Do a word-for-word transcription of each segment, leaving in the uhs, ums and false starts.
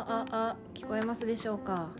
ああ聞こえますでしょうか。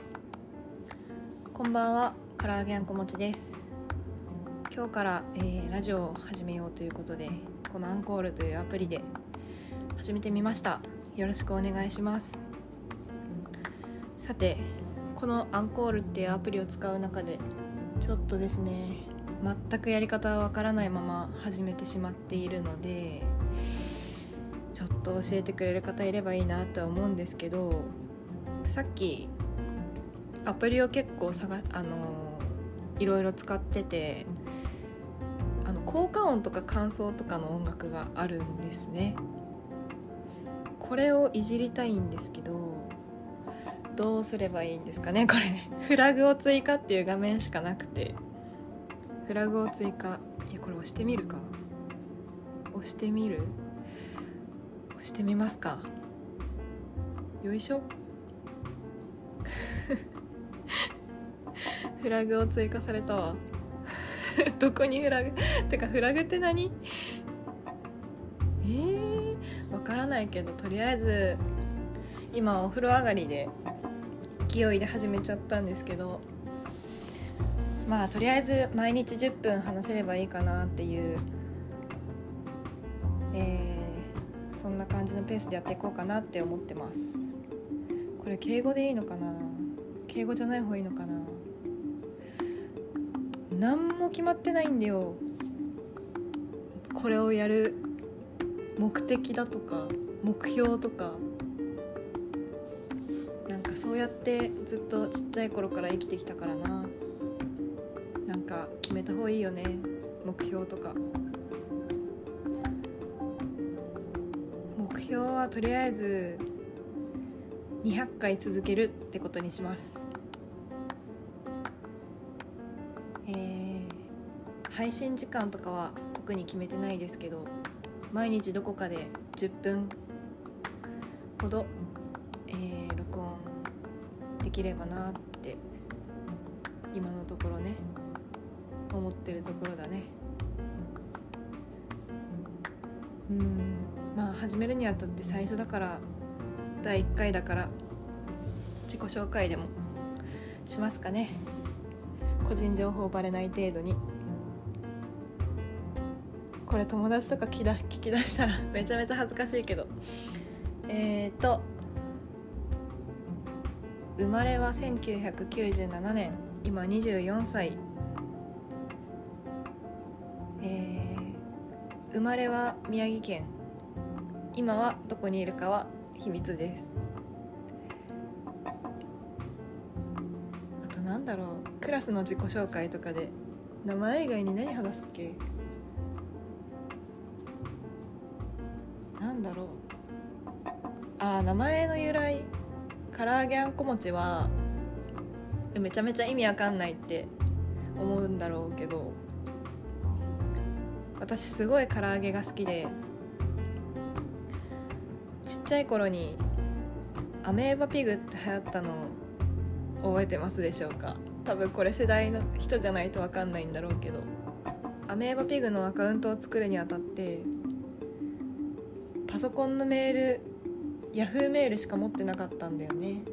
こんばんは、唐揚げあんこもちです。今日から、えー、ラジオを始めようということで、このアンコールというアプリで始めてみました。よろしくお願いします。さて、このアンコールっていうアプリを使う中でちょっとですね、全くやり方はわからないまま始めてしまっているので、ちょっと教えてくれる方いればいいなとは思うんですけど、さっきアプリを結構探あのいろいろ使ってて、あの効果音とか感想とかの音楽があるんですね。これをいじりたいんですけど、どうすればいいんですかね。これね、フラグを追加っていう画面しかなくて、フラグを追加、いやこれ押してみるか押してみる押してみますか。よいしょフラグを追加されたわどこにフラグてかフラグって何？えー、わからないけど、とりあえず今お風呂上がりで勢いで始めちゃったんですけど、まあとりあえず毎日じゅっぷん話せればいいかなっていう、えー、そんな感じのペースでやっていこうかなって思ってます。これ敬語でいいのかな、敬語じゃない方がいいのかな。何も決まってないんだよ。これをやる目的だとか目標とか、なんかそうやってずっとちっちゃい頃から生きてきたからな。なんか決めた方がいいよね、目標とか。目標はとりあえずにひゃっかい続けるってことにします。えー、配信時間とかは特に決めてないですけど、毎日どこかでじゅっぷんほど、えー、録音できればなって今のところね思ってるところだね。うーんまあ始めるにあたって最初だから、だいいっかいだから自己紹介でもしますかね。個人情報バレない程度に。これ友達とか聞きだ聞き出したらめちゃめちゃ恥ずかしいけど、えーと生まれはせんきゅうひゃくきゅうじゅうななねん、今にじゅうよんさい。えー、生まれは宮城県、今はどこにいるかは秘密です。あとなんだろう、クラスの自己紹介とかで名前以外に何話すっけ。なんだろう、あー名前の由来、唐揚げあんこもちはめちゃめちゃ意味わかんないって思うんだろうけど、私すごい唐揚げが好きで、ちっちゃい頃にアメーバピグって流行ったの覚えてますでしょうか。多分これ世代の人じゃないと分かんないんだろうけど、アメーバピグのアカウントを作るにあたってパソコンのメール、ヤフーメールしか持ってなかったんだよね。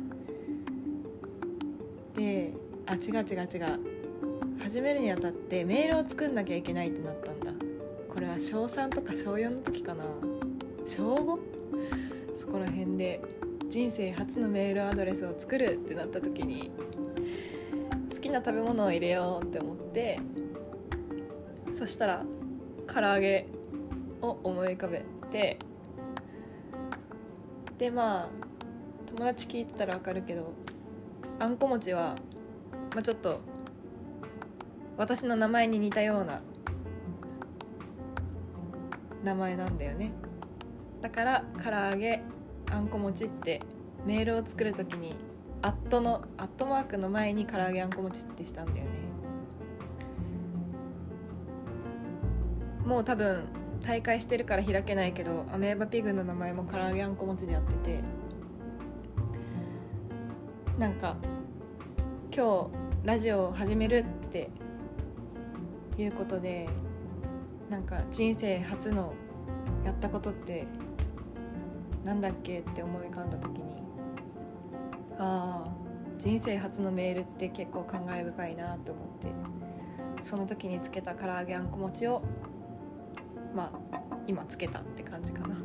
で、あ違う違う違う始めるにあたってメールを作んなきゃいけないってなったんだ。これは小さんとか小よんの時かな、小ご？そこら辺で人生初のメールアドレスを作るってなった時に、好きな食べ物を入れようって思って、そしたら唐揚げを思い浮かべて、でまあ友達聞いてたら分かるけど、あんこもちは、まあ、ちょっと私の名前に似たような名前なんだよね。だから唐揚げあんこもちってメールを作るときにアットのアットマークの前に唐揚げあんこもちってしたんだよね。もう多分大会してるから開けないけど、アメーバピグの名前も唐揚げあんこもちでやってて、なんか今日ラジオを始めるっていうことで、なんか人生初のやったことってなんだっけって思い浮かんだ時に、 ああ、人生初のメールって結構感慨深いなと思って、その時につけた唐揚げあんこ餅をまあ今つけたって感じかな。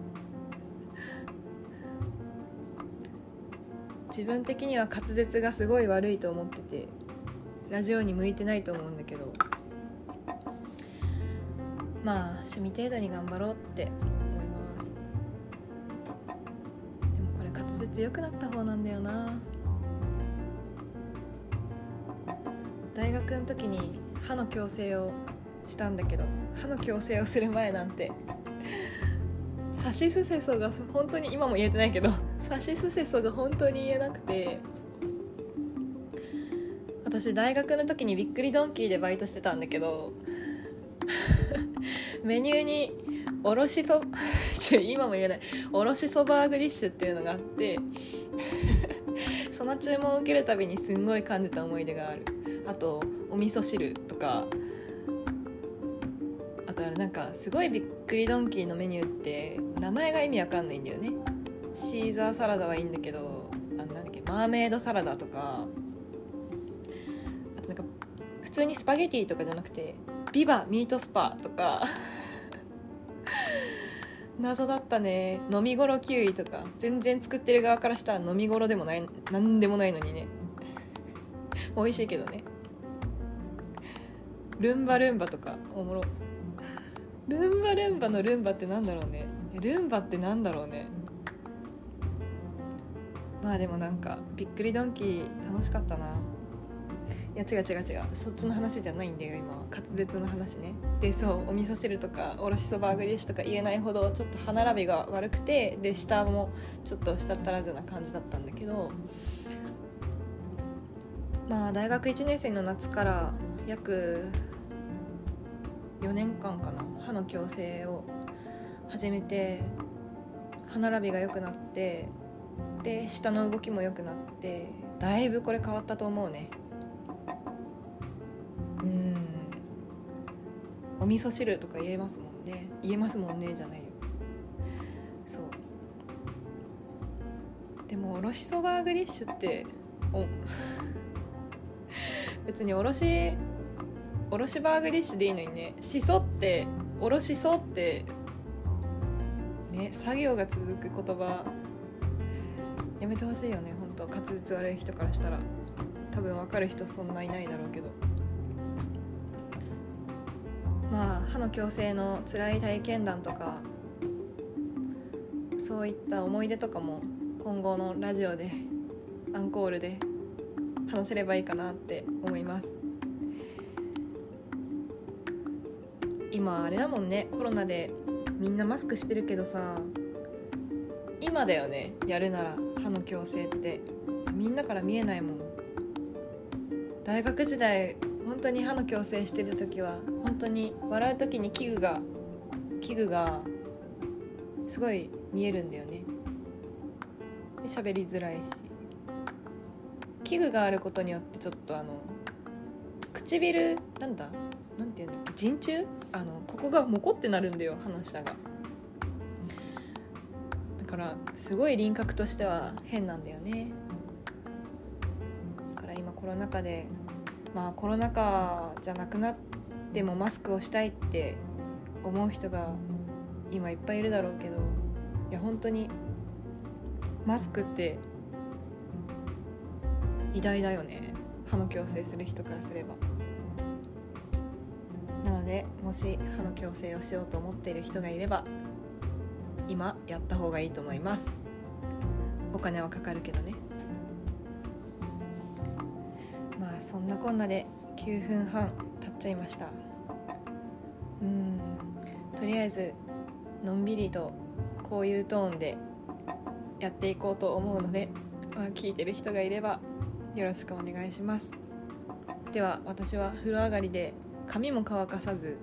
自分的には滑舌がすごい悪いと思ってて、ラジオに向いてないと思うんだけど、まあ趣味程度に頑張ろうって思います。でもこれ滑舌良くなった方なんだよな。大学の時に歯の矯正をしたんだけど、歯の矯正をする前なんてサシスセソが本当に今も言えてないけどサシスセソが本当に言えなくて、私大学の時にびっくりドンキーでバイトしてたんだけどメニューにおろしそちょ今も言えないおろしそばグリッシュっていうのがあってその注文を受けるたびにすんごい感じた思い出がある。あとお味噌汁とか、あとあれなんかすごいびっくりドンキーのメニューって名前が意味わかんないんだよね。シーザーサラダはいいんだけど、あなんだっけマーメイドサラダとか、あとなんか普通にスパゲティとかじゃなくてビバミートスパとか謎だったね。飲み頃キウイとか、全然作ってる側からしたら飲み頃でもないなんでもないのにね美味しいけどね。ルンバルンバとかおもろ。ルンバルンバのルンバってなんだろうね。ルンバってなんだろうね。まあでもなんかびっくりドンキー楽しかったな。いや違う違う違う、そっちの話じゃないんだよ今は。滑舌の話ね。でそうお味噌汁とかおろしそばグリッシュとか言えないほどちょっと歯並びが悪くて、で舌もちょっと舌足らずな感じだったんだけど、まあ大学いちねん生の夏から約よねんかんかな、歯の矯正を始めて、歯並びが良くなって、で舌の動きも良くなって、だいぶこれ変わったと思うね。うん、お味噌汁とか言えますもんね。言えますもんねじゃないよ。そうでもおろしそばグリッシュってお別におろしおろしバーグリッシュでいいのにね、しそっておろしそってね、作業が続く言葉やめてほしいよね。本当滑舌悪い人からしたら多分分かる人そんないないだろうけど、まあ歯の矯正の辛い体験談とかそういった思い出とかも今後のラジオでアンコールで話せればいいかなって思います。今あれだもんね、コロナでみんなマスクしてるけどさ、今だよねやるなら歯の矯正って。みんなから見えないもん。大学時代本当に歯の矯正してる時は本当に笑う時に器具が器具がすごい見えるんだよね。で喋りづらいし、器具があることによってちょっとあの唇なんだなんていうんだっけ、人中あのここがモコってなるんだよ、歯の下が。だからすごい輪郭としては変なんだよね。だから今コロナ禍で、まあコロナ禍じゃなくなってもマスクをしたいって思う人が今いっぱいいるだろうけど、いや本当にマスクって偉大だよね、歯の矯正する人からすれば。なのでもし歯の矯正をしようと思っている人がいれば今やった方がいいと思います。お金はかかるけどね。まあそんなこんなできゅうふんはん経っちゃいました。うーんとりあえずのんびりとこういうトーンでやっていこうと思うので、まあ、聞いてる人がいればよろしくお願いします。では私は風呂上がりで髪も乾かさず、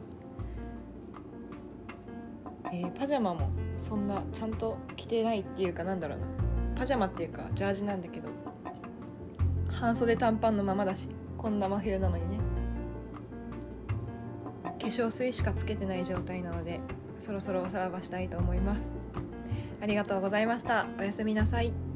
えー、パジャマもそんなちゃんと着てないっていうか、なんだろうな、パジャマっていうかジャージなんだけど半袖短パンのままだし、こんな真冬なのにね。化粧水しかつけてない状態なのでそろそろおさらばしたいと思います。ありがとうございました。おやすみなさい。